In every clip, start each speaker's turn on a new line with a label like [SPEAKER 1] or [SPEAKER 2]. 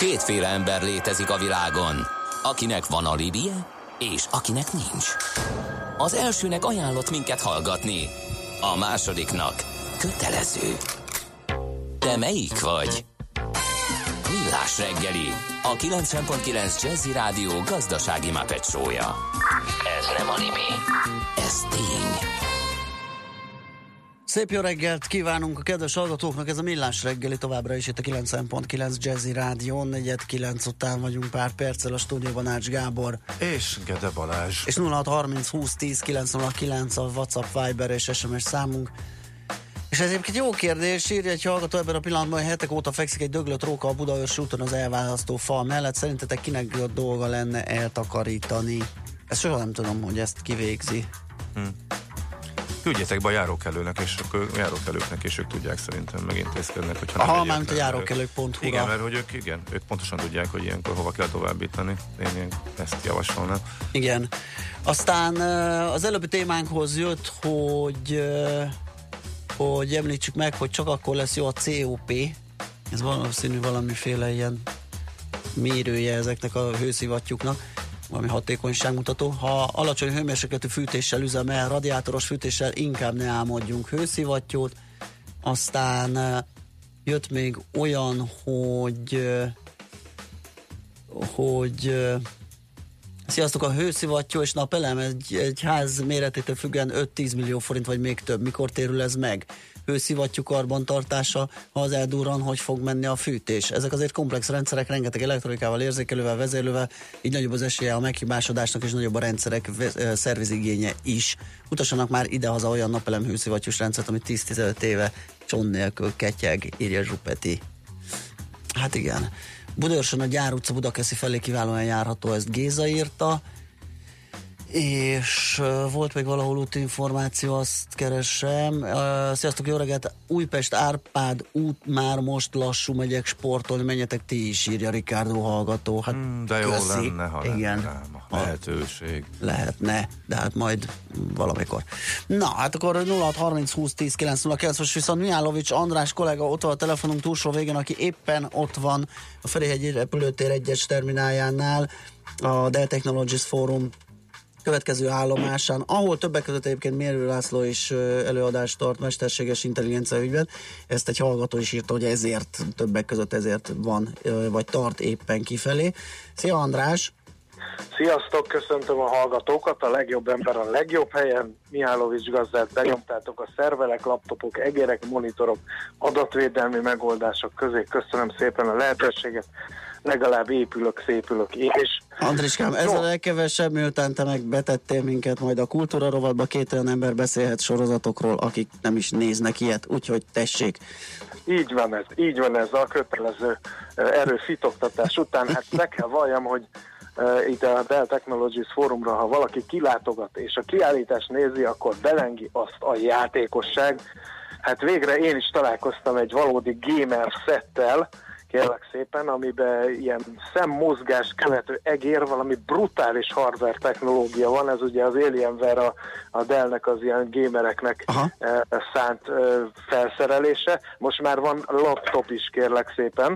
[SPEAKER 1] Kétféle ember létezik a világon, akinek van alibije, és akinek nincs. Az elsőnek ajánlott minket hallgatni, a másodiknak kötelező. Te melyik vagy? Millás reggeli, a 90.9 Jazzy Rádió gazdasági Muppet show-ja. Ez nem anime, ez tény.
[SPEAKER 2] Szép jó reggelt kívánunk a kedves hallgatóknak, ez a Millás reggeli továbbra is itt a 90.9 Jazzy Rádión, 4:09 után vagyunk pár perccel a stúdióban Ács Gábor.
[SPEAKER 3] És Gede Balázs.
[SPEAKER 2] És 0630 20 10 909 a WhatsApp, Viber és SMS számunk. És ez egyébként jó kérdés, írja egy hallgató ebben a pillanatban, hogy hetek óta fekszik egy döglött róka a Budaörsi úton az elválasztó fal mellett. Szerintetek kinek a dolga lenne eltakarítani? Ezt soha nem tudom, hogy ezt kivégzi.
[SPEAKER 3] Küldjetek be a járókelőnek, és akkor járókelőknek, és ők tudják szerintem megintézkednek, hogyha
[SPEAKER 2] aha, mármint a járókelők.hu-ra.
[SPEAKER 3] Igen, mert hogy ők pontosan tudják, hogy ilyenkor hova kell továbbítani. Én ezt javasolnám.
[SPEAKER 2] Igen. Aztán az előbbi témánkhoz jött, hogy említsük meg, hogy csak akkor lesz jó a COP. Ez valószínű valamiféle ilyen mérője ezeknek a hőszivattyúknak, valami hatékonyságmutató. Ha alacsony hőmérsékletű fűtéssel üzemel, radiátoros fűtéssel inkább ne álmodjunk hőszivattyút. Aztán jött még olyan, hogy sziasztok, a hőszivattyú és napelem egy ház méretétől függően 5-10 millió forint, vagy még több. Mikor térül ez meg? Hőszivattyú karbantartása, ha az eldurran, hogy fog menni a fűtés. Ezek azért komplex rendszerek, rengeteg elektronikával, érzékelővel, vezérlővel, így nagyobb az esélye a meghibásodásnak, és nagyobb a rendszerek szervizigénye is. Utassanak már idehaza olyan napelem hőszivattyús rendszert, ami 10-15 éve cson nélkül ketyeg, írja Zsupeti. Hát igen. Budaörsön a Gyár utca Budakeszi felé kiválóan járható, ezt Géza írta, és volt még valahol útinformáció, azt keresem. Sziasztok, jó reggelt! Újpest Árpád út már most lassú, megyek sportolni, menjetek ti is, írja Ricardo hallgató. Hát
[SPEAKER 3] de jó
[SPEAKER 2] köszi.
[SPEAKER 3] lenne, ha
[SPEAKER 2] igen,
[SPEAKER 3] lenne a lehetőség.
[SPEAKER 2] Lehetne, de hát majd valamikor. Na, hát akkor 0630 20 10 909, most viszont Mihálovics András kollega ott van a telefonunk túlsó végén, aki éppen ott van a Ferihegyi repülőtér 1-es termináljánál, a Dell Technologies Forum következő állomásán, ahol többek között egyébként Mérő László is előadást tart mesterséges intelligencia ügyben. Ezt egy hallgató is írta, hogy ezért, többek között ezért van, vagy tart éppen kifelé. Szia András!
[SPEAKER 4] Sziasztok, köszöntöm a hallgatókat, a legjobb ember a legjobb helyen, Mihálovics gazdát benyomtátok a szerverek, laptopok, egérek, monitorok, adatvédelmi megoldások közé. Köszönöm szépen a lehetőséget, legalább épülök, szépülök én is.
[SPEAKER 2] Andriskám, ez a legkevesebb, miután te meg betettél minket majd a kultúra rovatba, 2 olyan ember beszélhet sorozatokról, akik nem is néznek ilyet, úgyhogy tessék.
[SPEAKER 4] Így van ez a kötelező erőfitoktatás után. Hát meg kell valljam, hogy itt a Dell Technologies fórumra, ha valaki kilátogat és a kiállítást nézi, akkor belengi azt a játékosság. Hát végre én is találkoztam egy valódi gamer szettel, kérlek szépen, amiben ilyen szemmozgást követő egér, valami brutális hardware technológia van, ez ugye az Alienware a Dell-nek az ilyen gamereknek szánt felszerelése. Most már van laptop is, kérlek szépen,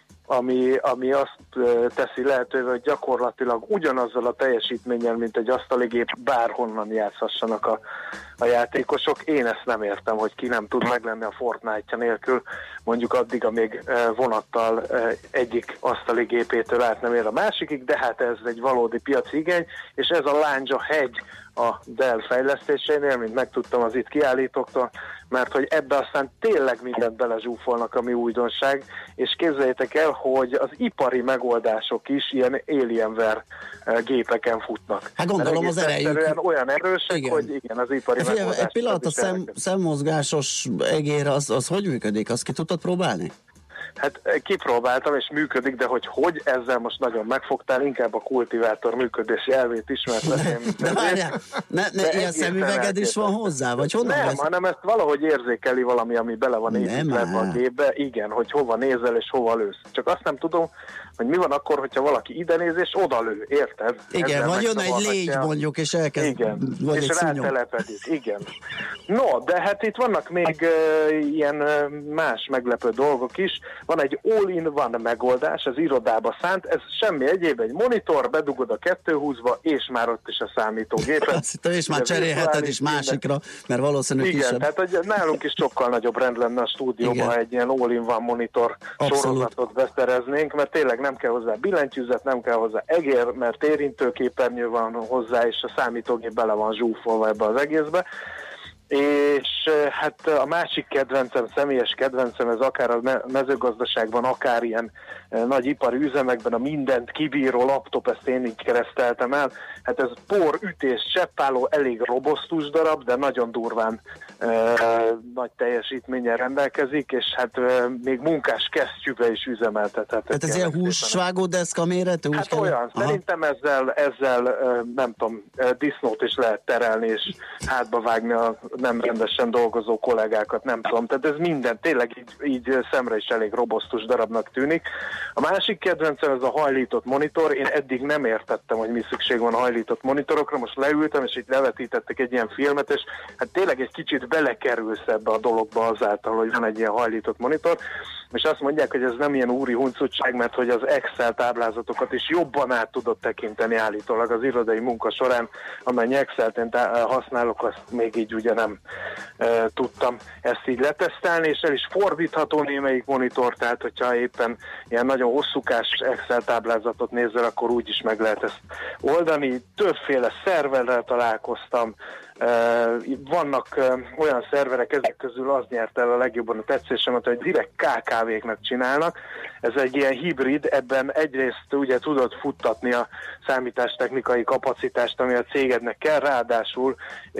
[SPEAKER 4] ami azt teszi lehetővé, hogy gyakorlatilag ugyanazzal a teljesítménnyel, mint egy asztaligép, bárhonnan játszhassanak a játékosok. Én ezt nem értem, hogy ki nem tud meglenni a Fortnite-ja nélkül, mondjuk addig, amíg vonattal egyik asztaligépétől át nem ér a másikig, de hát ez egy valódi piaci igény, és ez a lándzsa hegy a Dell fejlesztésénél, mint megtudtam az itt kiállítóktól, mert hogy ebbe aztán tényleg mindent belezsúfolnak, ami újdonság, és képzeljétek el, hogy az ipari megoldások is ilyen Alienware gépeken futnak.
[SPEAKER 2] Hát gondolom az erejük.
[SPEAKER 4] Olyan erősek, igen. Hogy igen, az ipari megoldások.
[SPEAKER 2] Egy pillanat, a szemmozgásos egér, az hogy működik? Azt ki tudtad próbálni?
[SPEAKER 4] Hát kipróbáltam, és működik, de hogy ezzel most nagyon megfogtál, inkább a kultivátor működési elvét ismertetném.
[SPEAKER 2] De várjál, ilyen szemüveged is van hozzá? Vagy honnan
[SPEAKER 4] nem, hanem ezt valahogy érzékeli valami, ami bele van építve a gépbe, igen, hogy hova nézel és hova lősz. Csak azt nem tudom, hogy mi van akkor, hogyha valaki ide néz és oda lő, érted?
[SPEAKER 2] Igen, ezzel vagy jön egy légy mondjuk, és elkezd...
[SPEAKER 4] Igen, vagy és rátelepedik, igen. No, de hát itt vannak még ilyen más meglepő dolgok is. van egy all-in-one megoldás, az irodába szánt, ez semmi egyéb, egy monitor, bedugod a 220-ba, és már ott is a számítógépet.
[SPEAKER 2] Azt hittem, és már cserélheted is másikra, mert valószínűleg
[SPEAKER 4] igen,
[SPEAKER 2] kisebb.
[SPEAKER 4] tehát hogy nálunk is sokkal nagyobb rend lenne a stúdióban, ha egy ilyen all-in-one monitor sorozatot beszereznénk, mert tényleg nem kell hozzá billentyűzet, nem kell hozzá egér, mert érintőképernyő van hozzá, és a számítógép bele van zsúfolva ebbe az egészbe. És hát a másik kedvencem, személyes kedvencem, ez akár a mezőgazdaságban, akár ilyen nagy ipari üzemekben a mindent kibíró laptop, ezt én így kereszteltem el. Hát ez porütés, cseppáló, elég robosztus darab, de nagyon durván nagy teljesítménnyel rendelkezik, és hát még munkás kesztyűbe is üzemeltethető.
[SPEAKER 2] Hát ez ilyen húsvágó deszka méretű?
[SPEAKER 4] Hát olyan, szerintem ezzel nem tudom, disznót is lehet terelni, és hátba vágni a nem rendesen dolgozó kollégákat, nem tudom. Tehát ez minden, tényleg így szemre is elég robosztus darabnak tűnik. A másik kedvencem ez a hajlított monitor. Én eddig nem értettem, hogy mi szükség van a hajlított monitorokra. Most leültem, és így levetítettek egy ilyen filmet, és hát tényleg egy kicsit belekerülsz ebbe a dologba azáltal, hogy van egy ilyen hajlított monitor. És azt mondják, hogy ez nem ilyen úri huncutság, mert hogy az Excel táblázatokat is jobban át tudod tekinteni állítólag az irodai munka során, amennyi Excel-t én használok, azt még így ugye nem tudtam ezt így letesztelni, és el is fordítható némelyik monitor, tehát hogyha éppen ilyen nagyon hosszúkás Excel táblázatot nézel, akkor úgy is meg lehet ezt oldani. Többféle szerverrel találkoztam, vannak olyan szerverek, ezek közül az nyert el a legjobban a tetszésemet, hogy direkt KKV-knak csinálnak. Ez egy ilyen hibrid, ebben egyrészt ugye tudod futtatni a számítástechnikai kapacitást, ami a cégednek kell, ráadásul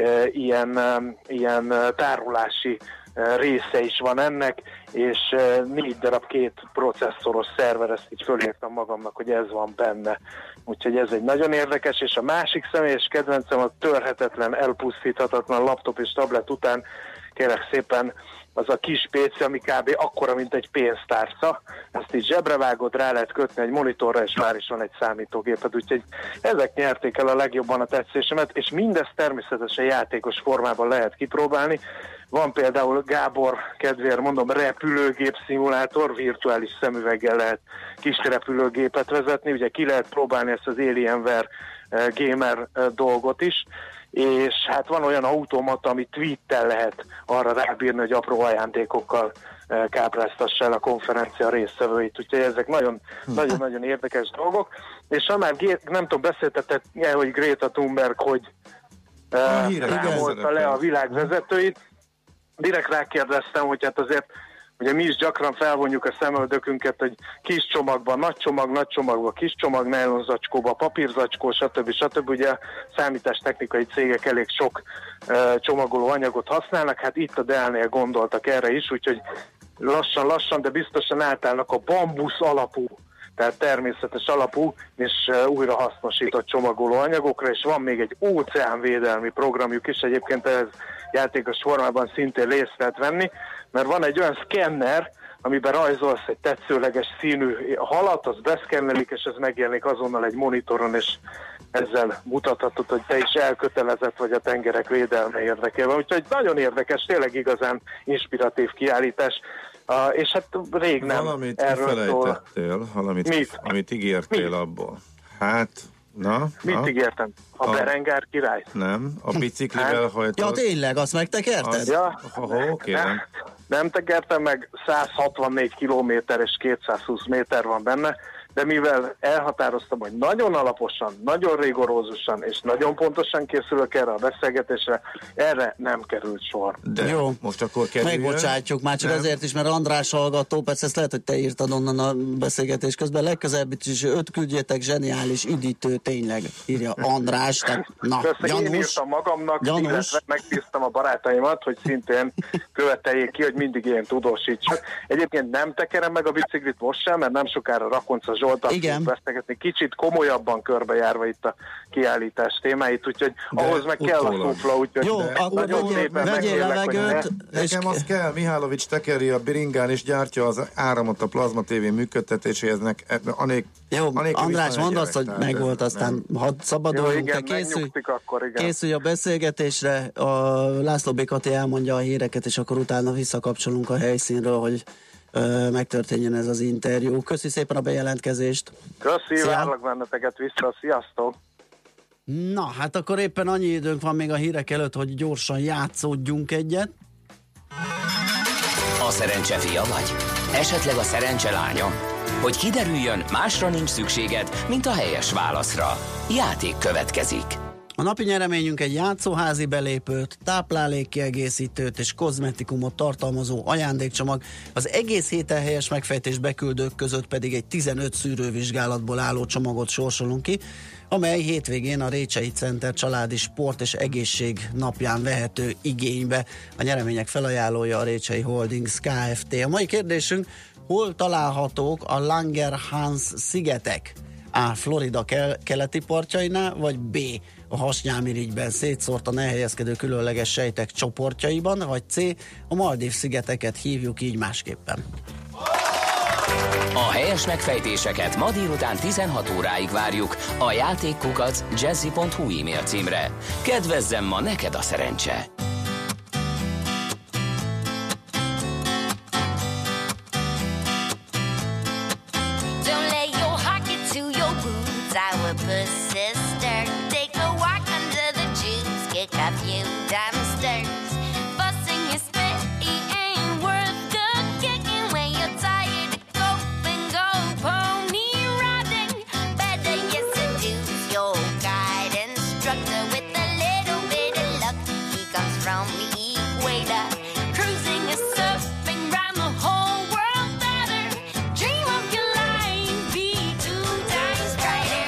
[SPEAKER 4] ilyen tárolási része is van ennek, és 4 darab 2 processzoros szerver, ezt így fölírtam magamnak, hogy ez van benne. Úgyhogy ez egy nagyon érdekes, és a másik személyes kedvencem a törhetetlen, elpusztíthatatlan laptop és tablet után, kérlek szépen, az a kis PC, ami kb. Akkora, mint egy pénztárca. Ezt így zsebre vágod, rá lehet kötni egy monitorra, és már is van egy számítógéped. Úgyhogy ezek nyerték el a legjobban a tetszésemet, és mindezt természetesen játékos formában lehet kipróbálni. Van például Gábor kedvéért mondom, repülőgép szimulátor, virtuális szemüveggel lehet kis repülőgépet vezetni, ugye ki lehet próbálni ezt az Alienware gamer dolgot is, és hát van olyan automata, ami tweettel lehet arra rábírni, hogy apró ajándékokkal kápráztassa el a konferencia résztvevőit, úgyhogy ezek nagyon érdekes dolgok, és ha már nem tudom, beszéltetek el, hogy Greta Thunberg, hogy számolta le a világ vezetőit, direkt rákérdeztem, hogy hát azért ugye mi is gyakran felvonjuk a szemöldökünket, hogy kis csomagban, nagy csomagban, kis csomag, nylonzacskóba, papírzacskó, stb. Ugye a számítástechnikai cégek elég sok csomagoló anyagot használnak, hát itt a Dell-nél gondoltak erre is, úgyhogy lassan, de biztosan átállnak a bambusz alapú, tehát természetes alapú és újra hasznosított csomagoló anyagokra, és van még egy óceánvédelmi programjuk is, egyébként ez játékos formában szintén részt lehet venni, mert van egy olyan szkenner, amiben rajzolsz egy tetszőleges színű halat, az beszkennelik, és ez megjelenik azonnal egy monitoron, és ezzel mutathatod, hogy te is elkötelezett vagy a tengerek védelme érdekében. Úgyhogy nagyon érdekes, tényleg igazán inspiratív kiállítás. És hát rég nem
[SPEAKER 5] valamit
[SPEAKER 4] erről szól.
[SPEAKER 5] Amit ígértél abból. Hát,
[SPEAKER 4] Mit ígértem? A Berengár király?
[SPEAKER 5] Nem, a biciklivel hajtott.
[SPEAKER 2] Ja, tényleg, azt megtekerted?
[SPEAKER 4] Ja,
[SPEAKER 5] Oké.
[SPEAKER 4] Nem tekertem meg, 164 kilométer és 220 méter van benne, de mivel elhatároztam, hogy nagyon alaposan, nagyon rigorózusan és nagyon pontosan készülök erre a beszélgetésre, erre nem került sor.
[SPEAKER 5] De
[SPEAKER 2] jó,
[SPEAKER 5] most akkor kerüljön.
[SPEAKER 2] Megbocsátjuk, már csak azért is, mert András hallgató, persze ezt lehet, hogy te írtad onnan a beszélgetés közben, legközelebb is 5 küldjetek, zseniális, üdítő, tényleg, írja András, tehát
[SPEAKER 4] gyanús. Én írtam magamnak, illetve megbíztam a barátaimat, hogy szintén követeljék ki, hogy mindig ilyen tudósítsak. Egyébként nem tekerem meg a biciklit most sem, mert nem sokára Rakonca Zsoltal fogunk beszélgetni, kicsit komolyabban körbejárva itt a kiállítás témáit, úgyhogy ahhoz meg kell a szufla, úgyhogy
[SPEAKER 2] jó, akkor vegyél levegőt.
[SPEAKER 5] Nekem az kell, Mihálovics tekeri a biringán és gyártja az áramot a Plazma TV működtetéséhez.
[SPEAKER 2] Jó, András, mondd azt, hogy megvolt, aztán ha szabaduljunk, készülj a beszélgetésre, a László B. Kati elmondja a híreket, és akkor utána visszakapcsolunk a helyszínről, hogy megtörténjen ez az interjú. Köszi szépen a bejelentkezést.
[SPEAKER 4] Köszi, várlak benneteket vissza, sziasztok!
[SPEAKER 2] Na, hát akkor éppen annyi időnk van még a hírek előtt, hogy gyorsan játszódjunk egyet.
[SPEAKER 1] A szerencse fia vagy? Esetleg a szerencse lánya? Hogy kiderüljön, másra nincs szükséged, mint a helyes válaszra. Játék következik.
[SPEAKER 2] A napi nyereményünk egy játszóházi belépőt, táplálékkiegészítőt és kozmetikumot tartalmazó ajándékcsomag, az egész héten helyes megfejtés beküldők között pedig egy 15 szűrővizsgálatból álló csomagot sorsolunk ki, amely hétvégén a Récsei Center családi sport és egészség napján vehető igénybe. A nyeremények felajánlója a Récsei Holdings Kft. A mai kérdésünk: hol találhatók a Langerhans szigetek? A. Florida keleti partjainál, vagy B. a Hasnyálmirigyben szétszórtan elhelyezkedő különleges sejtek csoportjaiban, vagy C. a Maldív szigeteket hívjuk így másképpen.
[SPEAKER 1] A helyes megfejtéseket ma délután 16 óráig várjuk a játékkukac@jazzy.hu e-mail címre. Kedvezzem ma neked a szerencse!
[SPEAKER 6] Sister, take a walk under the juice, kick a few downstairs. Fussing is spit, it ain't worth the kicking when you're tired of go and go pony riding. Better you seduce your guide instructor with a little bit of luck. He comes from the equator, cruising and surfing round the whole world better. Dream of your life, be 2 times brighter.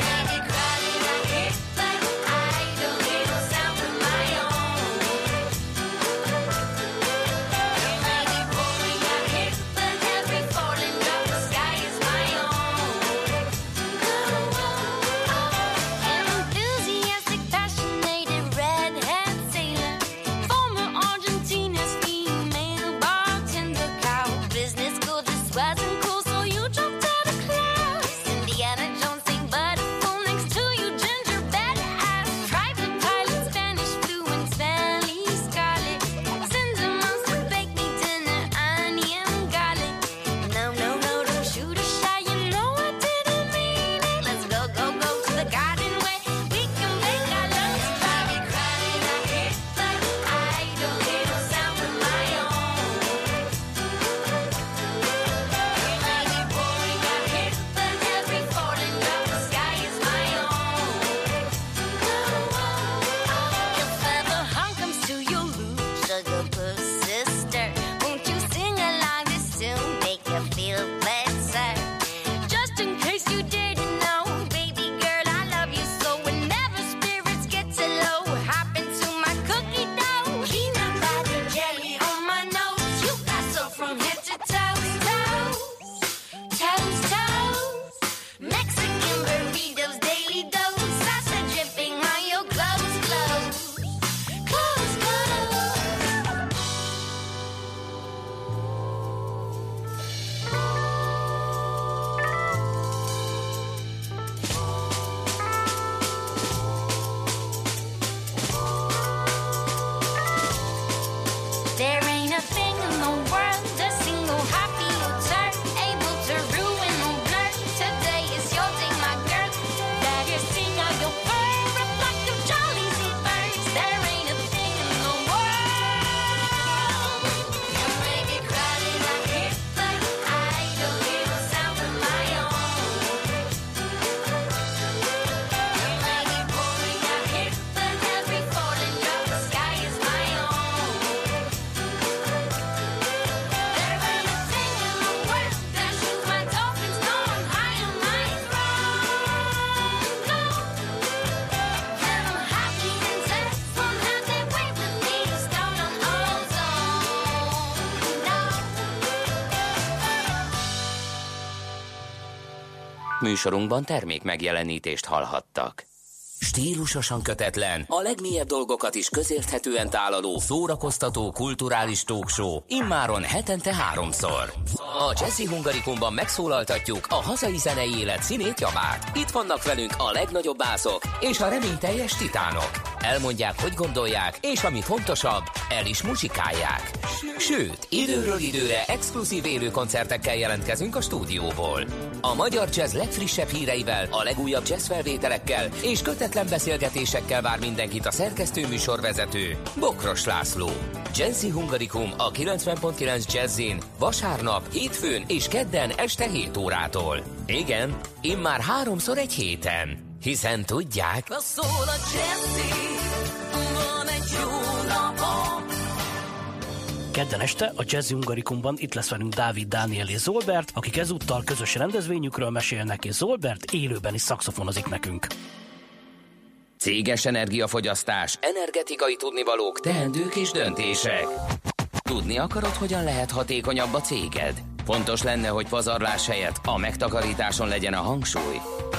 [SPEAKER 1] Műsorunkban termék megjelenítést hallhattak. Stílusosan kötetlen, a legmélyebb dolgokat is közérthetően tálaló, szórakoztató, kulturális talkshow, immáron hetente 3-szor. A Jazzy Hungarikumban megszólaltatjuk a hazai zenei élet színét, javát. Itt vannak velünk a legnagyobb bászok és a reményteljes titánok. Elmondják, hogy gondolják, és ami fontosabb, el is muzsikálják. Sőt, időről időre exkluzív élő koncertekkel jelentkezünk a stúdióból. A magyar jazz legfrissebb híreivel, a legújabb jazz felvételekkel és kötetlen beszélgetésekkel vár mindenkit a szerkesztő műsorvezető, Bokros László. Jazzy Hungarikum a 90.9 Jazzin vasárnap, hétfőn és kedden este 7 órától. Igen, immár 3-szor egy héten. Hiszen tudják...
[SPEAKER 7] Szól a Jazzy, van egy jó napom.
[SPEAKER 8] Kedden este a Jazzy Hungarikumban itt lesz velünk Dávid, Dániel és Zolbert, akik ezúttal közös rendezvényükről mesélnek, és Zolbert élőben is szaxofonozik nekünk.
[SPEAKER 1] Céges energiafogyasztás, energetikai tudnivalók, teendők és döntések. Tudni akarod, hogyan lehet hatékonyabb a céged? Fontos lenne, hogy pazarlás helyett a megtakarításon legyen a hangsúly.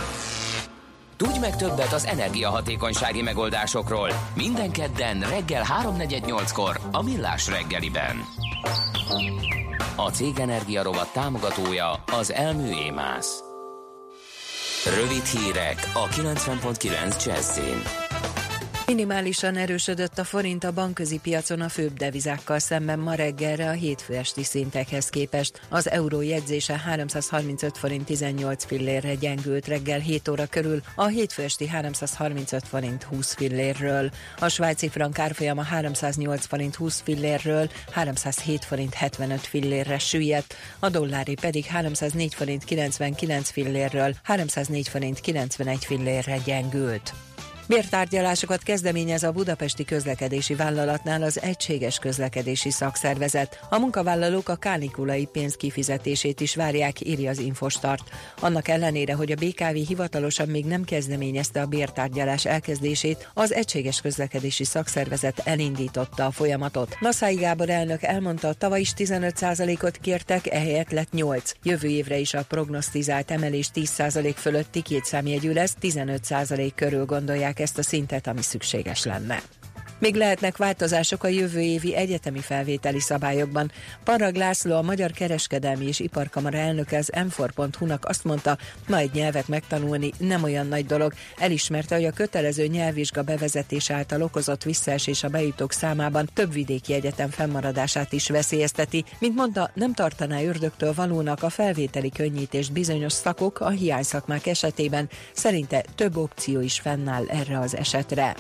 [SPEAKER 1] Tudj meg többet az energiahatékonysági megoldásokról minden kedden reggel 3:48-kor a Millás reggeliben. A Cég Energia rovat támogatója az Elmű Émász. Rövid hírek a 90.9 Jazzin.
[SPEAKER 9] Minimálisan erősödött a forint a bankközi piacon a főbb devizákkal szemben ma reggelre a hétfő esti szintekhez képest. Az euró jegyzése 335 forint 18 fillérre gyengült reggel 7 óra körül, a hétfő esti 335 forint 20 fillérről. A svájci frank árfolyama 308 forint 20 fillérről 307 forint 75 fillérre süllyedt, a dollári pedig 304 forint 99 fillérről 304 forint 91 fillérre gyengült. Bértárgyalásokat kezdeményez a Budapesti Közlekedési Vállalatnál az Egységes Közlekedési Szakszervezet. A munkavállalók a kánikulai pénz kifizetését is várják, írja az Infostart. Annak ellenére, hogy a BKV hivatalosan még nem kezdeményezte a bértárgyalás elkezdését, az Egységes Közlekedési Szakszervezet elindította a folyamatot. Naszai Gábor elnök elmondta, tavaly is 15%-ot kértek, ehelyett lett 8. Jövő évre is a prognosztizált emelés 10% fölötti kétszámjegyű lesz, 15% körül gondolják ezt a szintet, ami szükséges lenne. Még lehetnek változások a jövő évi egyetemi felvételi szabályokban. Parrag László, a Magyar Kereskedelmi és Iparkamara elnöke az m4.hu-nak azt mondta, ma egy nyelvet megtanulni nem olyan nagy dolog. Elismerte, hogy a kötelező nyelvvizsga bevezetése által okozott visszaesés a bejutók számában több vidéki egyetem fennmaradását is veszélyezteti. Mint mondta, nem tartaná ördögtől valónak a felvételi könnyítést bizonyos szakok a hiányszakmák esetében. Szerinte több opció is fennáll erre az esetre.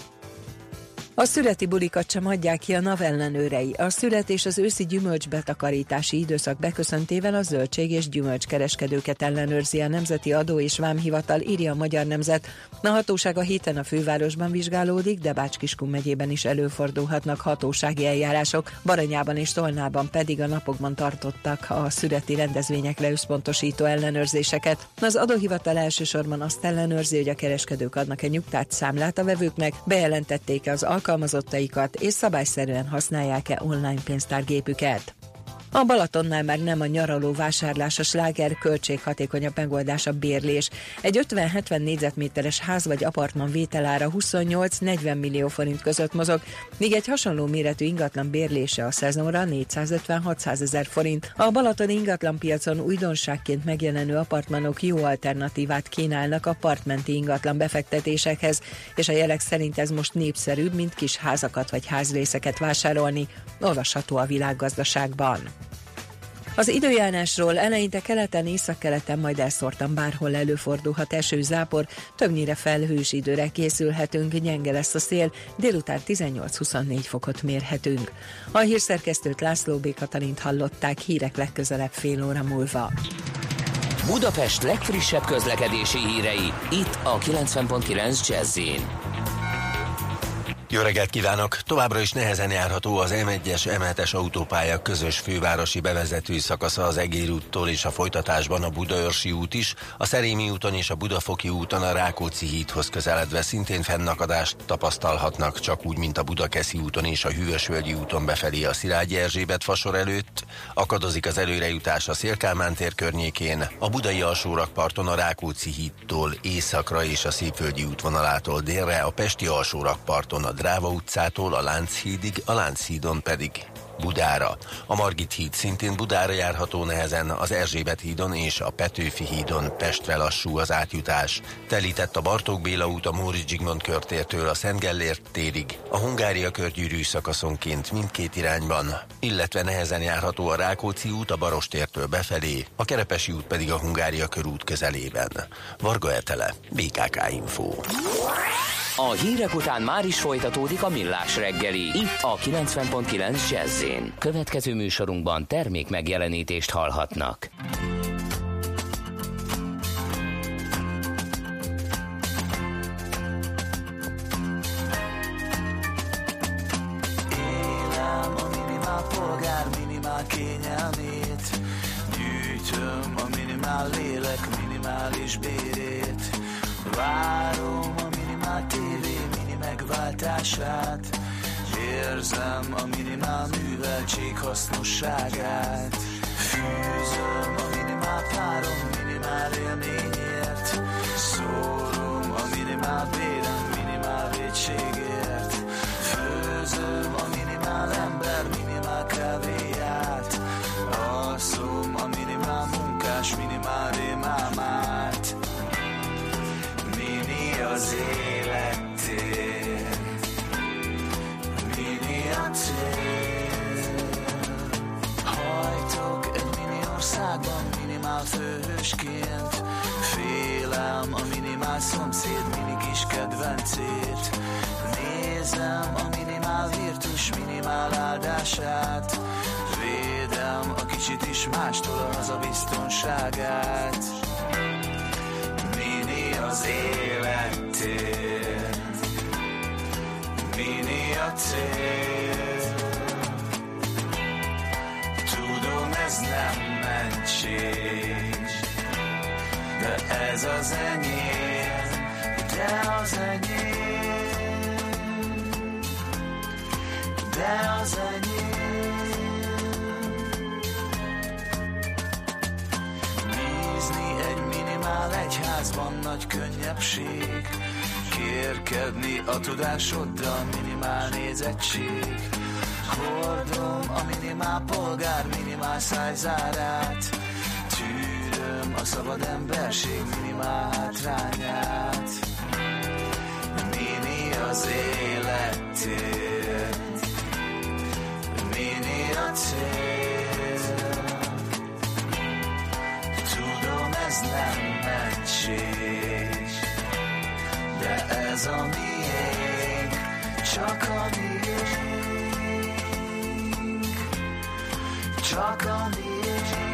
[SPEAKER 9] A születi bulikat sem adják ki a NAV ellenőrei. A szület és az őszi gyümölcsbetakarítási időszak beköszöntével a zöldség- és gyümölcskereskedőket ellenőrzi a Nemzeti Adó- és Vámhivatal, írja a Magyar Nemzet. A hatóság a héten a fővárosban vizsgálódik, de Bács-Kiskun megyében is előfordulhatnak hatósági eljárások. Baranyában és Tolnában pedig a napokban tartottak a születi rendezvényekre összpontosító ellenőrzéseket. Az adóhivatal elsősorban azt ellenőrzi, hogy a kereskedők adnak-e nyugtát, számlát a vevőknek, bejelentették-e az alkalmazottaikat, és szabályszerűen használják-e online pénztárgépüket. A Balatonnál már nem a nyaraló vásárlás a sláger, költséghatékonyabb megoldás a bérlés. Egy 50-70 négyzetméteres ház vagy apartman vételára 28-40 millió forint között mozog, míg egy hasonló méretű ingatlan bérlése a szezonra 450-600 ezer forint. A balatoni ingatlanpiacon újdonságként megjelenő apartmanok jó alternatívát kínálnak a partmenti ingatlan befektetésekhez, és a jelek szerint ez most népszerűbb, mint kis házakat vagy házrészeket vásárolni. Olvasható a Világgazdaságban. Az időjárásról: eleinte keleten, északkeleten, majd elszórtan bárhol előfordulhat eső, zápor, többnyire felhős időre készülhetünk, gyenge lesz a szél, délután 18-24 fokot mérhetünk. A hírszerkesztőt, László B. Katalint hallották, hírek legközelebb fél óra múlva.
[SPEAKER 1] Budapest legfrissebb közlekedési hírei, itt a 90.9 Jazzin.
[SPEAKER 10] Jó reggelt kívánok! Továbbra is nehezen járható az M1-es, M7-es autópálya közös fővárosi bevezető szakasza az Egér úttól, és a folytatásban a Budaörsi út is, a Szerémi úton és a Budafoki úton a Rákóczi hídhoz közeledve szintén fennakadást tapasztalhatnak, csak úgy, mint a Budakeszi úton és a Hűvösvölgyi úton befelé a Szilágyi Erzsébet fasor előtt. Akadozik az előrejutás a Széll-Kálmán tér környékén, a budai alsórakparton a Rákóczi hídtól északra és a Szépvölgyi útvonalától délre, a pesti alsórakparton a Dráva utcától a Lánchídig, a Lánchídon pedig Budára. A Margit híd szintén Budára járható nehezen, az Erzsébet hídon és a Petőfi hídon Pestre lassú az átjutás. Telített a Bartók Béla út a Móricz Zsigmond körtértől a Szent Gellért térig, a Hungária körgyűrű szakaszonként mindkét irányban, illetve nehezen járható a Rákóczi út a Barostértől befelé, a Kerepesi út pedig a Hungária körút közelében. Varga Etele, BKK Info.
[SPEAKER 1] A hírek után már is folytatódik a Millás reggeli, itt a 90.9 Jazz-én. Következő műsorunkban termék megjelenítést hallhatnak.
[SPEAKER 11] Élem a minimál polgár minimál kényelmét, gyűjtöm a minimál lélek minimális bérét, várom a minimál tévé mini megváltását, érzem a minimál műveltség hasznosságát, fűzöm a minimál párom minimál élményért, szórom a minimál bérem minimál vétségért, főzöm a minimál ember minimál kávéját, alszom a minimál munkás minimál rémálmát. Mini az élettér, mini a cél. Hajtok egy mini országban minimál főhősként, félem a minimál szomszéd mini kis kedvencét, nézem a minimál virtus minimál áldását, védem a kicsit is mástól az a biztonságát. Mini az élettér, mini a cél. Tudom, ez nem mentség, de ez az enyém, de az enyém, de az enyém. Egyházban nagy könnyebbség, kérkedni a tudásoddal minimál nézettség. Hordom a minimál polgár minimál szájzárát, tűröm a szabad emberség minimál hátrányát. Mini az élettér, mini a cél. Tudom, ez nem mentség, de ez a miénk, csak a miénk, csak a miénk.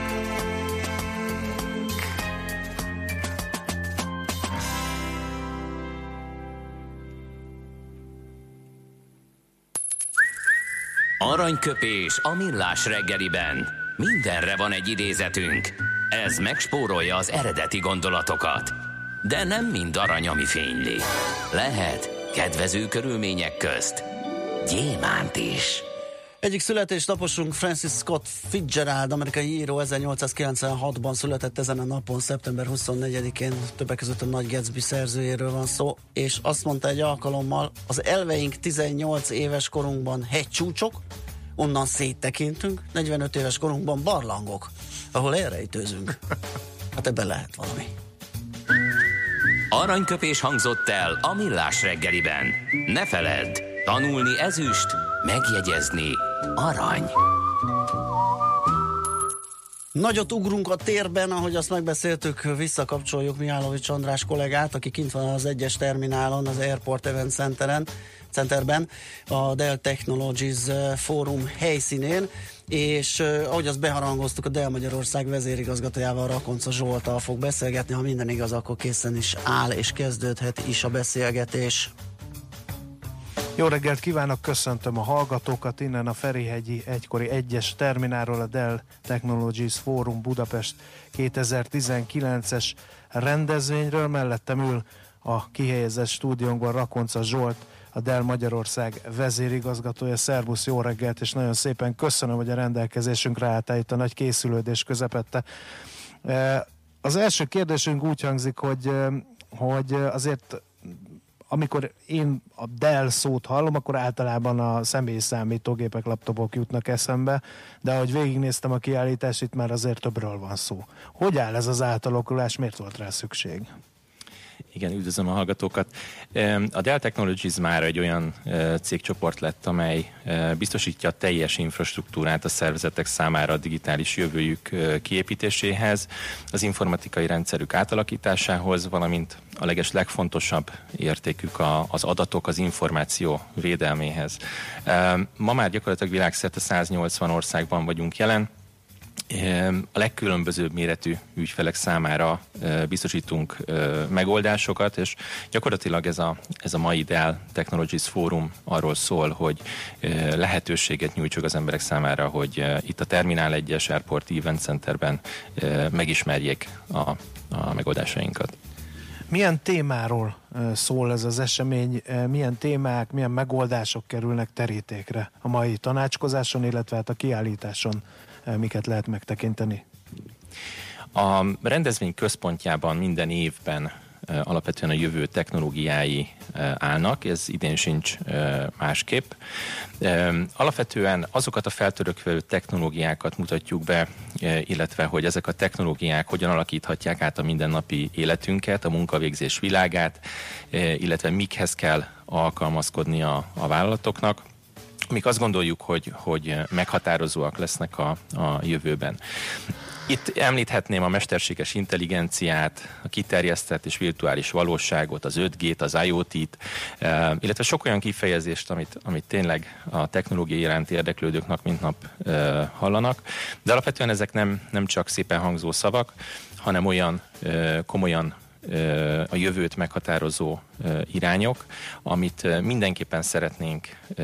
[SPEAKER 1] Aranyköpés a Millás reggeliben. Mindenre van egy idézetünk. Ez megspórolja az eredeti gondolatokat. De nem mind arany, ami fényli. Lehet kedvező körülmények közt gyémánt is.
[SPEAKER 2] Egyik születésnaposunk Francis Scott Fitzgerald, amerikai író, 1896-ban született ezen a napon, szeptember 24-én, többek között a Nagy Gatsby szerzőjéről van szó, és azt mondta egy alkalommal, az elveink 18 éves korunkban hegycsúcsok, onnan széttekintünk, 45 éves korunkban barlangok, ahol elrejtőzünk. Hát ebben lehet valami.
[SPEAKER 1] Aranyköpés hangzott el a Millás reggeliben. Ne feledd, tanulni ezüst, megjegyezni arany.
[SPEAKER 2] Nagyot ugrunk a térben, ahogy azt megbeszéltük, visszakapcsoljuk Mihálovics András kollégát, aki kint van az egyes terminálon, az Airport Event Centerben, a Dell Technologies Fórum helyszínén, és ahogy azt beharangoztuk, a Dell Magyarország vezérigazgatójával, Rakonca Zsolttal fog beszélgetni. Ha minden igaz, akkor készen is áll, és kezdődhet is a beszélgetés.
[SPEAKER 12] Jó reggelt kívánok, köszöntöm a hallgatókat innen a Ferihegyi egykori egyes terminálról, a Dell Technologies Fórum Budapest 2019-es rendezvényről. Mellettem ül a kihelyezett stúdiónkban Rakonca Zsolt, a Dell Magyarország vezérigazgatója. Szervusz, jó reggelt, és nagyon szépen köszönöm, hogy a rendelkezésünkre álltál itt a nagy készülődés közepette. Az első kérdésünk úgy hangzik, hogy azért amikor én a Dell szót hallom, akkor általában a személyi számítógépek, laptopok jutnak eszembe, de ahogy végignéztem a kiállítást, itt már azért többről van szó. Hogy áll ez az átalakulás, miért volt rá szükség?
[SPEAKER 13] Igen, üdvözlöm a hallgatókat. A Dell Technologies már egy olyan cégcsoport lett, amely biztosítja a teljes infrastruktúrát a szervezetek számára a digitális jövőjük kiépítéséhez, az informatikai rendszerük átalakításához, valamint a legfontosabb értékük az adatok, az információ védelméhez. Ma már gyakorlatilag világszerte 180 országban vagyunk jelen. A legkülönbözőbb méretű ügyfelek számára biztosítunk megoldásokat, és gyakorlatilag ez a mai Dell Technologies Fórum arról szól, hogy lehetőséget nyújtsuk az emberek számára, hogy itt a Terminál 1-es Airport Event Centerben megismerjék a megoldásainkat.
[SPEAKER 12] Milyen témáról szól ez az esemény, milyen témák, milyen megoldások kerülnek terítékre a mai tanácskozáson, illetve hát a kiállításon? Miket lehet megtekinteni?
[SPEAKER 13] A rendezvény központjában minden évben alapvetően a jövő technológiái állnak, ez idén sincs másképp. Alapvetően azokat a feltörekvő technológiákat mutatjuk be, illetve hogy ezek a technológiák hogyan alakíthatják át a mindennapi életünket, a munkavégzés világát, illetve mikhez kell alkalmazkodni a vállalatoknak, amik azt gondoljuk, hogy meghatározóak lesznek a jövőben. Itt említhetném a mesterséges intelligenciát, a kiterjesztett és virtuális valóságot, az 5G-t, az IoT-t, illetve sok olyan kifejezést, amit tényleg a technológiai iránt érdeklődők mint nap hallanak. De alapvetően ezek nem csak szépen hangzó szavak, hanem olyan komolyan a jövőt meghatározó irányok, amit mindenképpen szeretnénk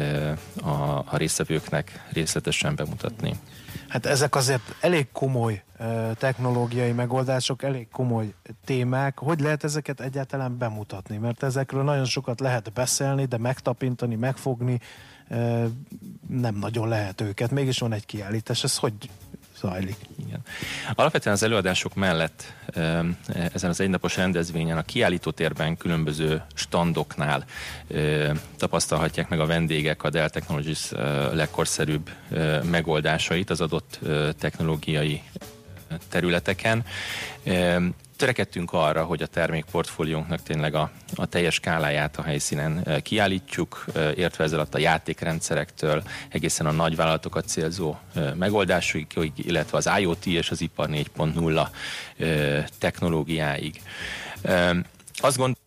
[SPEAKER 13] a résztvevőknek részletesen bemutatni.
[SPEAKER 12] Hát ezek azért elég komoly technológiai megoldások, elég komoly témák. Hogy lehet ezeket egyáltalán bemutatni? Mert ezekről nagyon sokat lehet beszélni, de megtapintani, megfogni nem nagyon lehet őket. Mégis van egy kiállítás. Ez hogy zajlik?
[SPEAKER 13] Igen. Alapvetően az előadások mellett ezen az egynapos rendezvényen a kiállítótérben különböző standoknál tapasztalhatják meg a vendégek a Dell Technologies legkorszerűbb megoldásait az adott technológiai területeken. Törekedtünk arra, hogy a termékportfóliónknak tényleg a teljes skáláját a helyszínen kiállítjuk, értve ezzel a játékrendszerektől egészen a nagyvállalatokat célzó megoldásig, illetve az IoT és az ipar 4.0 technológiáig. Azt gondolom,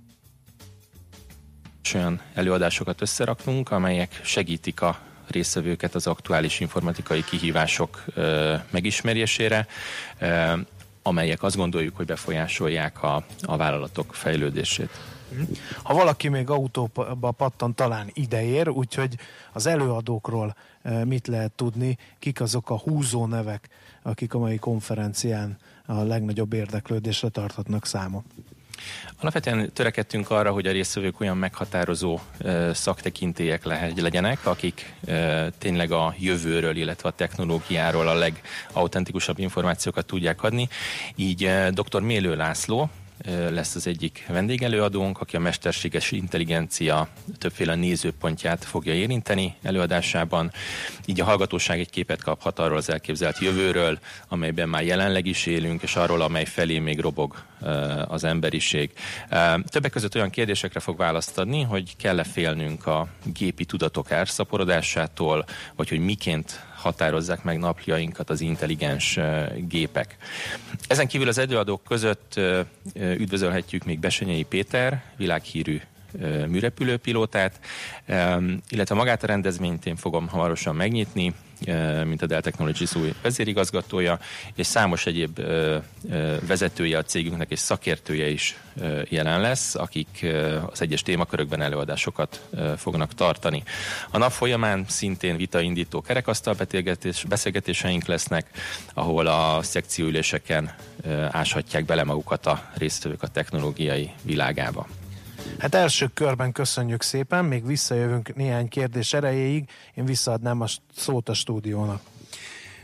[SPEAKER 13] olyan előadásokat összeraknunk, amelyek segítik a résztvevőket az aktuális informatikai kihívások megismerésére, amelyek azt gondoljuk, hogy befolyásolják a vállalatok fejlődését.
[SPEAKER 12] Ha valaki még autóba pattan, talán ideér, úgyhogy az előadókról mit lehet tudni, kik azok a húzó nevek, akik a mai konferencián a legnagyobb érdeklődésre tarthatnak számot?
[SPEAKER 13] Alapvetően törekedtünk arra, hogy a résztvevők olyan meghatározó szaktekintélyek legyenek, akik tényleg a jövőről, illetve a technológiáról a legautentikusabb információkat tudják adni. Így dr. Mélő László lesz az egyik vendégelőadónk, aki a mesterséges intelligencia többféle nézőpontját fogja érinteni előadásában. Így a hallgatóság egy képet kaphat arról az elképzelt jövőről, amelyben már jelenleg is élünk, és arról, amely felé még robog az emberiség. Többek között olyan kérdésekre fog választ adni, hogy kell-e félnünk a gépi tudatok elszaporodásától, vagy hogy miként határozzák meg napjainkat az intelligens gépek. Ezen kívül az előadók között üdvözölhetjük még Besenyei Péter, világhírű műrepülőpilótát, illetve magát a rendezvényt én fogom hamarosan megnyitni, mint a Dell Technologies új vezérigazgatója, és számos egyéb vezetője a cégünknek és szakértője is jelen lesz, akik az egyes témakörökben előadásokat fognak tartani. A nap folyamán szintén vitaindító kerekasztal beszélgetéseink lesznek, ahol a szekcióüléseken áshatják bele magukat a résztvevők a technológiai világába.
[SPEAKER 12] Hát első körben köszönjük szépen, még visszajövünk néhány kérdés erejéig, én visszaadnám a szót a stúdiónak.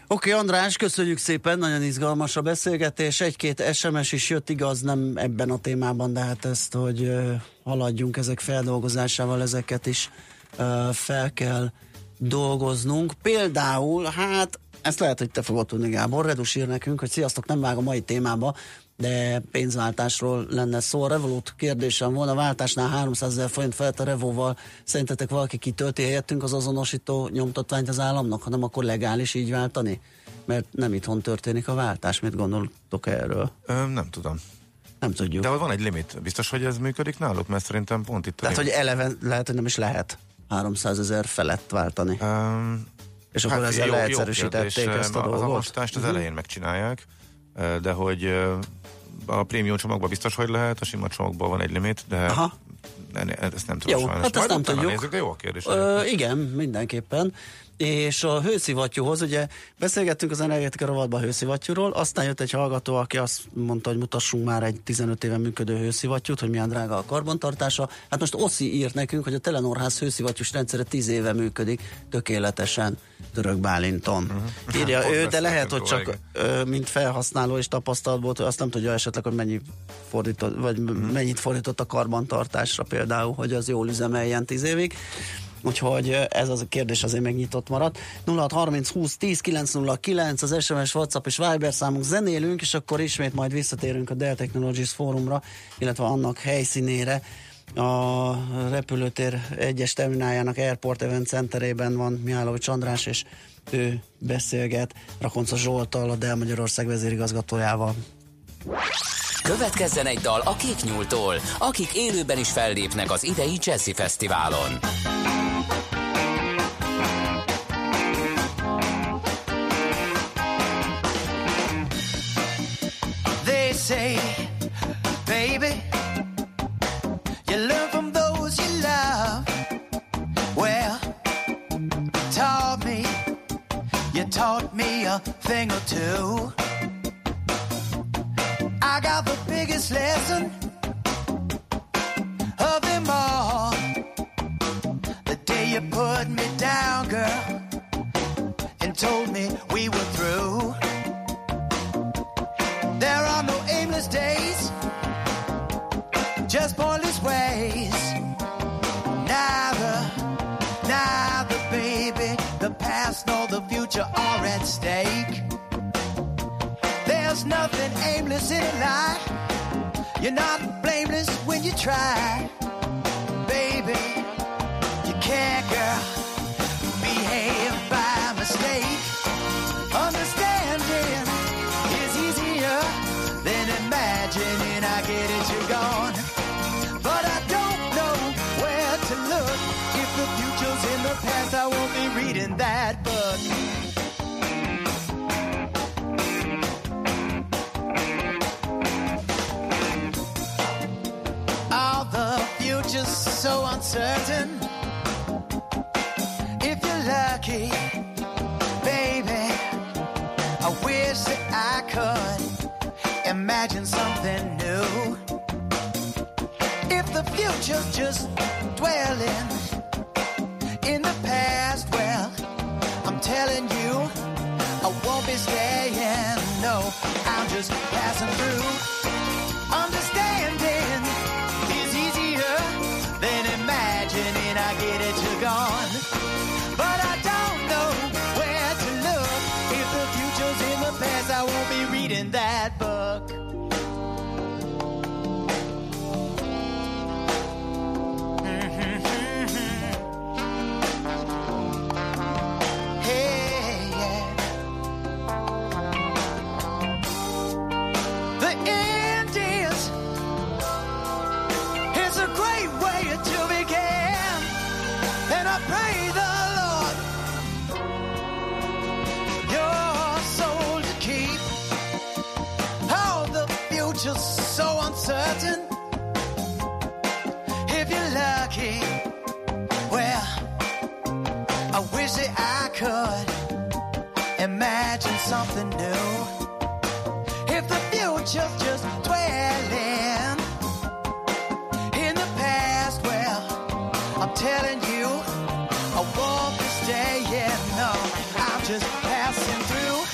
[SPEAKER 2] Oké, András, köszönjük szépen, nagyon izgalmas a beszélgetés. Egy-két SMS is jött, igaz, nem ebben a témában, de hát ezt, hogy haladjunk ezek feldolgozásával, ezeket is fel kell dolgoznunk. Például, hát ezt lehet, hogy te fogod tudni, Gábor. Redus ír nekünk, hogy sziasztok, nem vág a mai témába, de pénzváltásról lenne szó. A Revolut kérdésem volna, váltásnál 300 000 forint felett a Revóval szerintetek valaki kitölti helyettünk az azonosító nyomtatványt az államnak, hanem akkor legális így váltani? Mert nem itthon történik a váltás. Mit gondoltok erről?
[SPEAKER 3] Nem tudom.
[SPEAKER 2] Nem tudjuk.
[SPEAKER 3] De van egy limit. Biztos, hogy ez működik náluk? Mert szerintem pont itt...
[SPEAKER 2] Tehát, hogy eleve lehet, hogy nem is lehet 300 000 felett váltani. És akkor ezzel leegyszerűsítették ezt a dolgot?
[SPEAKER 3] Az azonosítást az elején megcsinálják, de hogy a prémium csomagban biztos, hogy lehet, a sima csomagban van egy limit, de ezt nem tudom sajnos.
[SPEAKER 2] Hát ezt nem tudjuk.
[SPEAKER 3] Nézzük, de jó a kérdés.
[SPEAKER 2] Igen, mindenképpen. És a hőszivattyúhoz, ugye beszélgettünk az energetika rovatban a hőszivattyúról, aztán jött egy hallgató, aki azt mondta, hogy mutassunk már egy 15 éve működő hőszivattyút, hogy milyen drága a karbantartása. Hát most Oszi írt nekünk, hogy a Telenorház hőszivattyús rendszere 10 éve működik, tökéletesen, Török Bálinton. Írja ő, de lehet, hogy csak mint felhasználó és tapasztalatból, azt nem tudja esetleg, hogy mennyit fordított a karbantartásra például, hogy az jól üzemeljen 10 évig. Úgyhogy ez az a kérdés azért megnyitott maradt. 0630 20 10 909 az SMS, WhatsApp és Viber számunk, zenélünk, és akkor ismét majd visszatérünk a Dell Technologies fórumra, illetve annak helyszínére. A repülőtér egyes termináljának Airport Event Centerében van Mihálovics András, és ő beszélget Rakonca Zsolttal, a Dell Magyarország vezérigazgatójával.
[SPEAKER 1] Következzen egy dal a Kéknyúltól, akik élőben is fellépnek az idei Jazzy Fesztiválon.
[SPEAKER 11] They say, baby, you learn from those you love. Well, you taught me a thing or two. I got the biggest lesson of them all. The day you put me down, girl, and told me we were through. There are no aimless days, just pointless ways. Neither, baby, the past nor the future are at stake. There's nothing aimless in life. You're not blameless when you try. Baby, you can't, girl, behave by mistake. Understanding is easier than imagining. I get it, you're gone, but I don't know where to look. If the future's in the past, I won't be reading that book. Just so uncertain. If you're lucky, baby, I wish that I could imagine something new. If the future's just dwelling in the past, well, I'm telling you, I won't be staying. No, I'm just passing through. Understanding is easier than imagining. I get it, you're gone, but I don't know where to look. If the future's in the past, I won't be reading that book. Hey, yeah. The end is a great way to begin, and I pray the Lord your soul to keep. Oh, the future's so uncertain. If you're lucky, well, I wish that I could imagine something new. If the future's just dwelling in the past, well, I'm telling you, I won't be staying. No, I'm just passing through.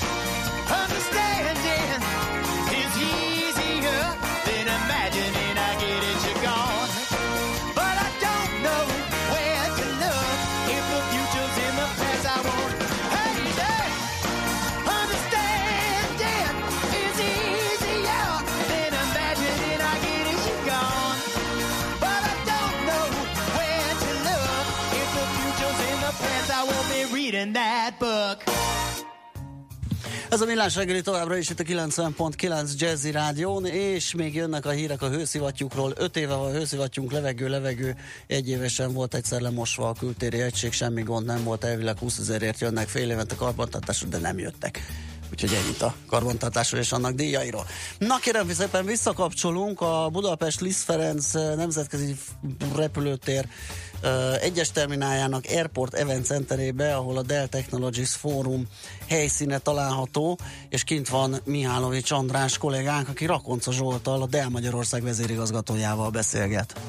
[SPEAKER 11] reading that book.
[SPEAKER 2] Ez a Millás reggeli továbbra is itt a 90.9 Jazzy Rádión, és még jönnek a hírek a hőszivattyúkról. 5 éve van hőszivattyúnk, levegő, 1 évesen volt egyszer lemosva a kültéri egység, semmi gond nem volt, elvileg 20 000-ért jönnek fél évente karbantartásra, de nem jöttek. Úgyhogy ennyit a karbantartásról és annak díjairól. Na kérem szépen, visszakapcsolunk a Budapest Liszt Ferenc nemzetközi repülőtér egyes termináljának Airport Event Centerébe, ahol a Dell Technologies Forum helyszíne található, és kint van Mihálovics András kollégánk, aki Rakonca Zsolttal, a Dell Magyarország vezérigazgatójával beszélget.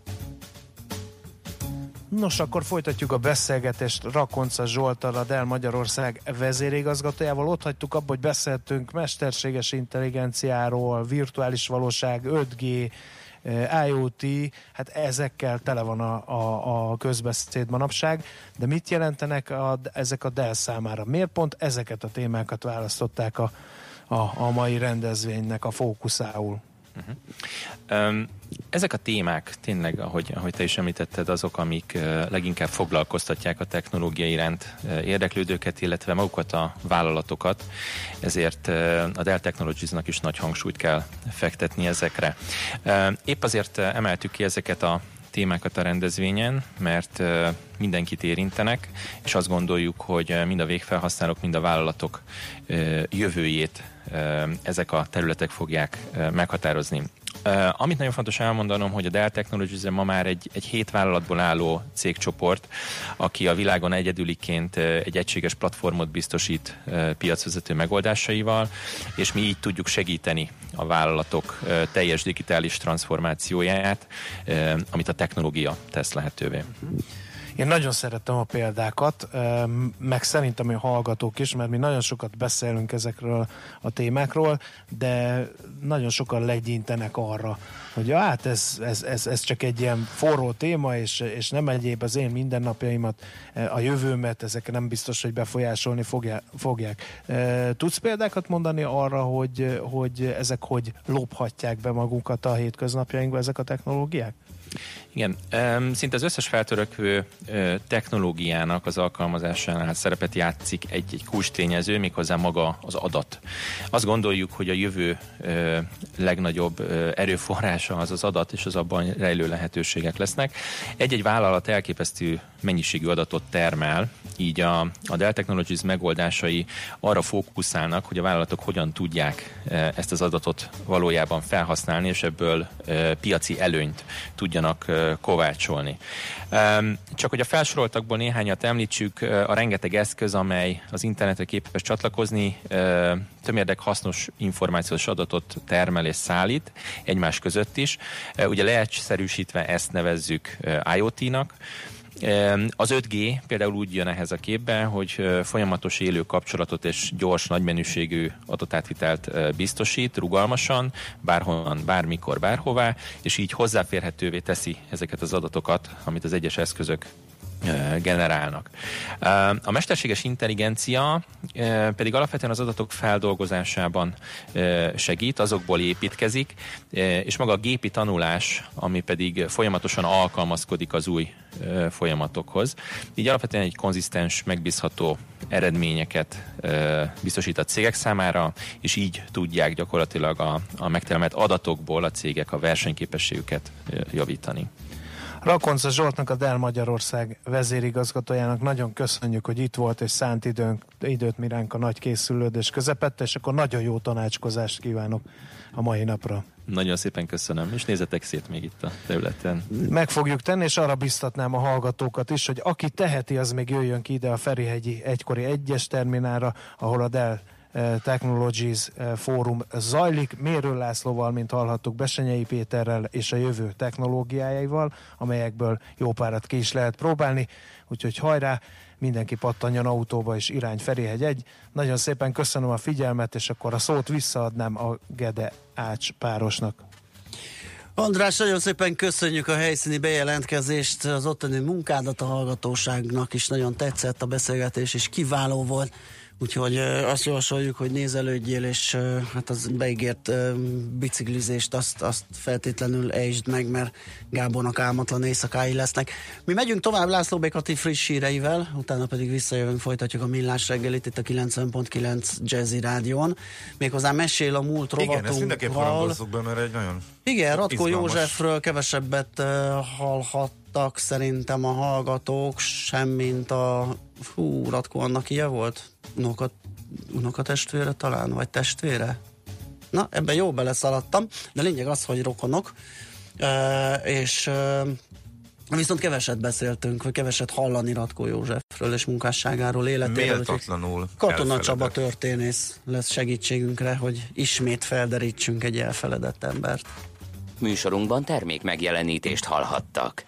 [SPEAKER 12] Nos, akkor folytatjuk a beszélgetést Rakonca Zsolttal, a Dell Magyarország vezérigazgatójával. Ott hagytuk abba, hogy beszéltünk mesterséges intelligenciáról, virtuális valóság, 5G, IoT, hát ezekkel tele van a közbeszéd manapság, de mit jelentenek ezek a Dell számára? Miért pont ezeket a témákat választották a mai rendezvénynek a fókuszául?
[SPEAKER 13] Ezek a témák tényleg, ahogy te is említetted, azok, amik leginkább foglalkoztatják a technológia iránt érdeklődőket, illetve magukat a vállalatokat, ezért a Dell Technologies-nak is nagy hangsúlyt kell fektetni ezekre. Épp azért emeltük ki ezeket a témákat a rendezvényen, mert mindenkit érintenek, és azt gondoljuk, hogy mind a végfelhasználók, mind a vállalatok jövőjét ezek a területek fogják meghatározni. Amit nagyon fontos elmondanom, hogy a Dell Technologies ma már egy 7 vállalatból álló cégcsoport, aki a világon egyedüliként egy egységes platformot biztosít piacvezető megoldásaival, és mi így tudjuk segíteni a vállalatok teljes digitális transformációját, amit a technológia tesz lehetővé.
[SPEAKER 12] Én nagyon szerettem a példákat, meg szerintem a hallgatók is, mert mi nagyon sokat beszélünk ezekről a témákról, de nagyon sokan legyintenek arra, hogy hát ez csak egy ilyen forró téma, és nem egyéb az én mindennapjaimat, a jövőmet, ezek nem biztos, hogy befolyásolni fogják. Tudsz példákat mondani arra, hogy ezek hogy lophatják be magukat a hétköznapjainkba, ezek a technológiák?
[SPEAKER 13] Igen, szinte az összes feltörekvő technológiának az alkalmazásánál szerepet játszik egy kulcstényező, méghozzá maga az adat. Azt gondoljuk, hogy a jövő legnagyobb erőforrása az az adat, és az abban rejlő lehetőségek lesznek. Egy-egy vállalat elképesztő mennyiségű adatot termel, így a Dell Technologies megoldásai arra fókuszálnak, hogy a vállalatok hogyan tudják ezt az adatot valójában felhasználni, és ebből piaci előnyt tudjanak kovácsolni. Csak hogy a felsoroltakból néhányat említsük, a rengeteg eszköz, amely az internetre képes csatlakozni, tömérdek hasznos információs adatot termel és szállít egymás között is. Ugye leegyszerűsítve ezt nevezzük IoT-nak. Az 5G például úgy jön ehhez a képbe, hogy folyamatos élő kapcsolatot és gyors, nagymenőségű adatátvitelt biztosít, rugalmasan, bárhonnan, bármikor, bárhová, és így hozzáférhetővé teszi ezeket az adatokat, amit az egyes eszközök generálnak. A mesterséges intelligencia pedig alapvetően az adatok feldolgozásában segít, azokból építkezik, és maga a gépi tanulás, ami pedig folyamatosan alkalmazkodik az új folyamatokhoz. Így alapvetően egy konzisztens, megbízható eredményeket biztosít a cégek számára, és így tudják gyakorlatilag a megtermelt adatokból a cégek a versenyképességüket javítani.
[SPEAKER 12] Rakonca Zsoltnak, a Dell Magyarország vezérigazgatójának nagyon köszönjük, hogy itt volt és szánt időt mi ránk a nagy készülődés közepette, és akkor nagyon jó tanácskozást kívánok a mai napra.
[SPEAKER 13] Nagyon szépen köszönöm, és nézzetek szét még itt a területen.
[SPEAKER 12] Meg fogjuk tenni, és arra biztatnám a hallgatókat is, hogy aki teheti, az még jöjjön ki ide a Ferihegyi egykori egyes terminálra, ahol a Dell Technologies Fórum zajlik. Mérő Lászlóval, mint hallhattuk, Besenyei Péterrel és a jövő technológiájaival, amelyekből jó párat ki is lehet próbálni. Úgyhogy hajrá, mindenki pattanjon autóba és irány Ferihegy 1. Nagyon szépen köszönöm a figyelmet, és akkor a szót visszaadnám a Gede Ács párosnak.
[SPEAKER 2] András, nagyon szépen köszönjük a helyszíni bejelentkezést, az ottani munkádat, a hallgatóságnak is nagyon tetszett a beszélgetés, és kiváló volt. Úgyhogy azt javasoljuk, hogy nézelődjél, és hát az beígért biciklizést azt feltétlenül ejtsd meg, mert Gábornak álmatlan éjszakái lesznek. Mi megyünk tovább László B. Kati friss híreivel, utána pedig visszajövünk, folytatjuk a Millás reggelit itt a 90.9 Jazzy Rádión. Méghozzá mesél a múlt rovatunkkal.
[SPEAKER 3] Igen, ezt mindenképp harangozzuk be, mert egy nagyon
[SPEAKER 2] igen, Ratko
[SPEAKER 3] izgalmas.
[SPEAKER 2] Józsefről kevesebbet hallhattak szerintem a hallgatók, semmint a Ratko, annak ilyen volt? Unokatestvére talán, vagy testvére? Na, ebben jó beleszaladtam, de lényeg az, hogy rokonok, és viszont keveset beszéltünk, vagy keveset hallani Ratko Józsefről és munkásságáról, életéről.
[SPEAKER 3] Méltatlanul
[SPEAKER 2] Katona Csaba történész lesz segítségünkre, hogy ismét felderítsünk egy elfeledett embert.
[SPEAKER 1] Műsorunkban termék megjelenítést hallhattak.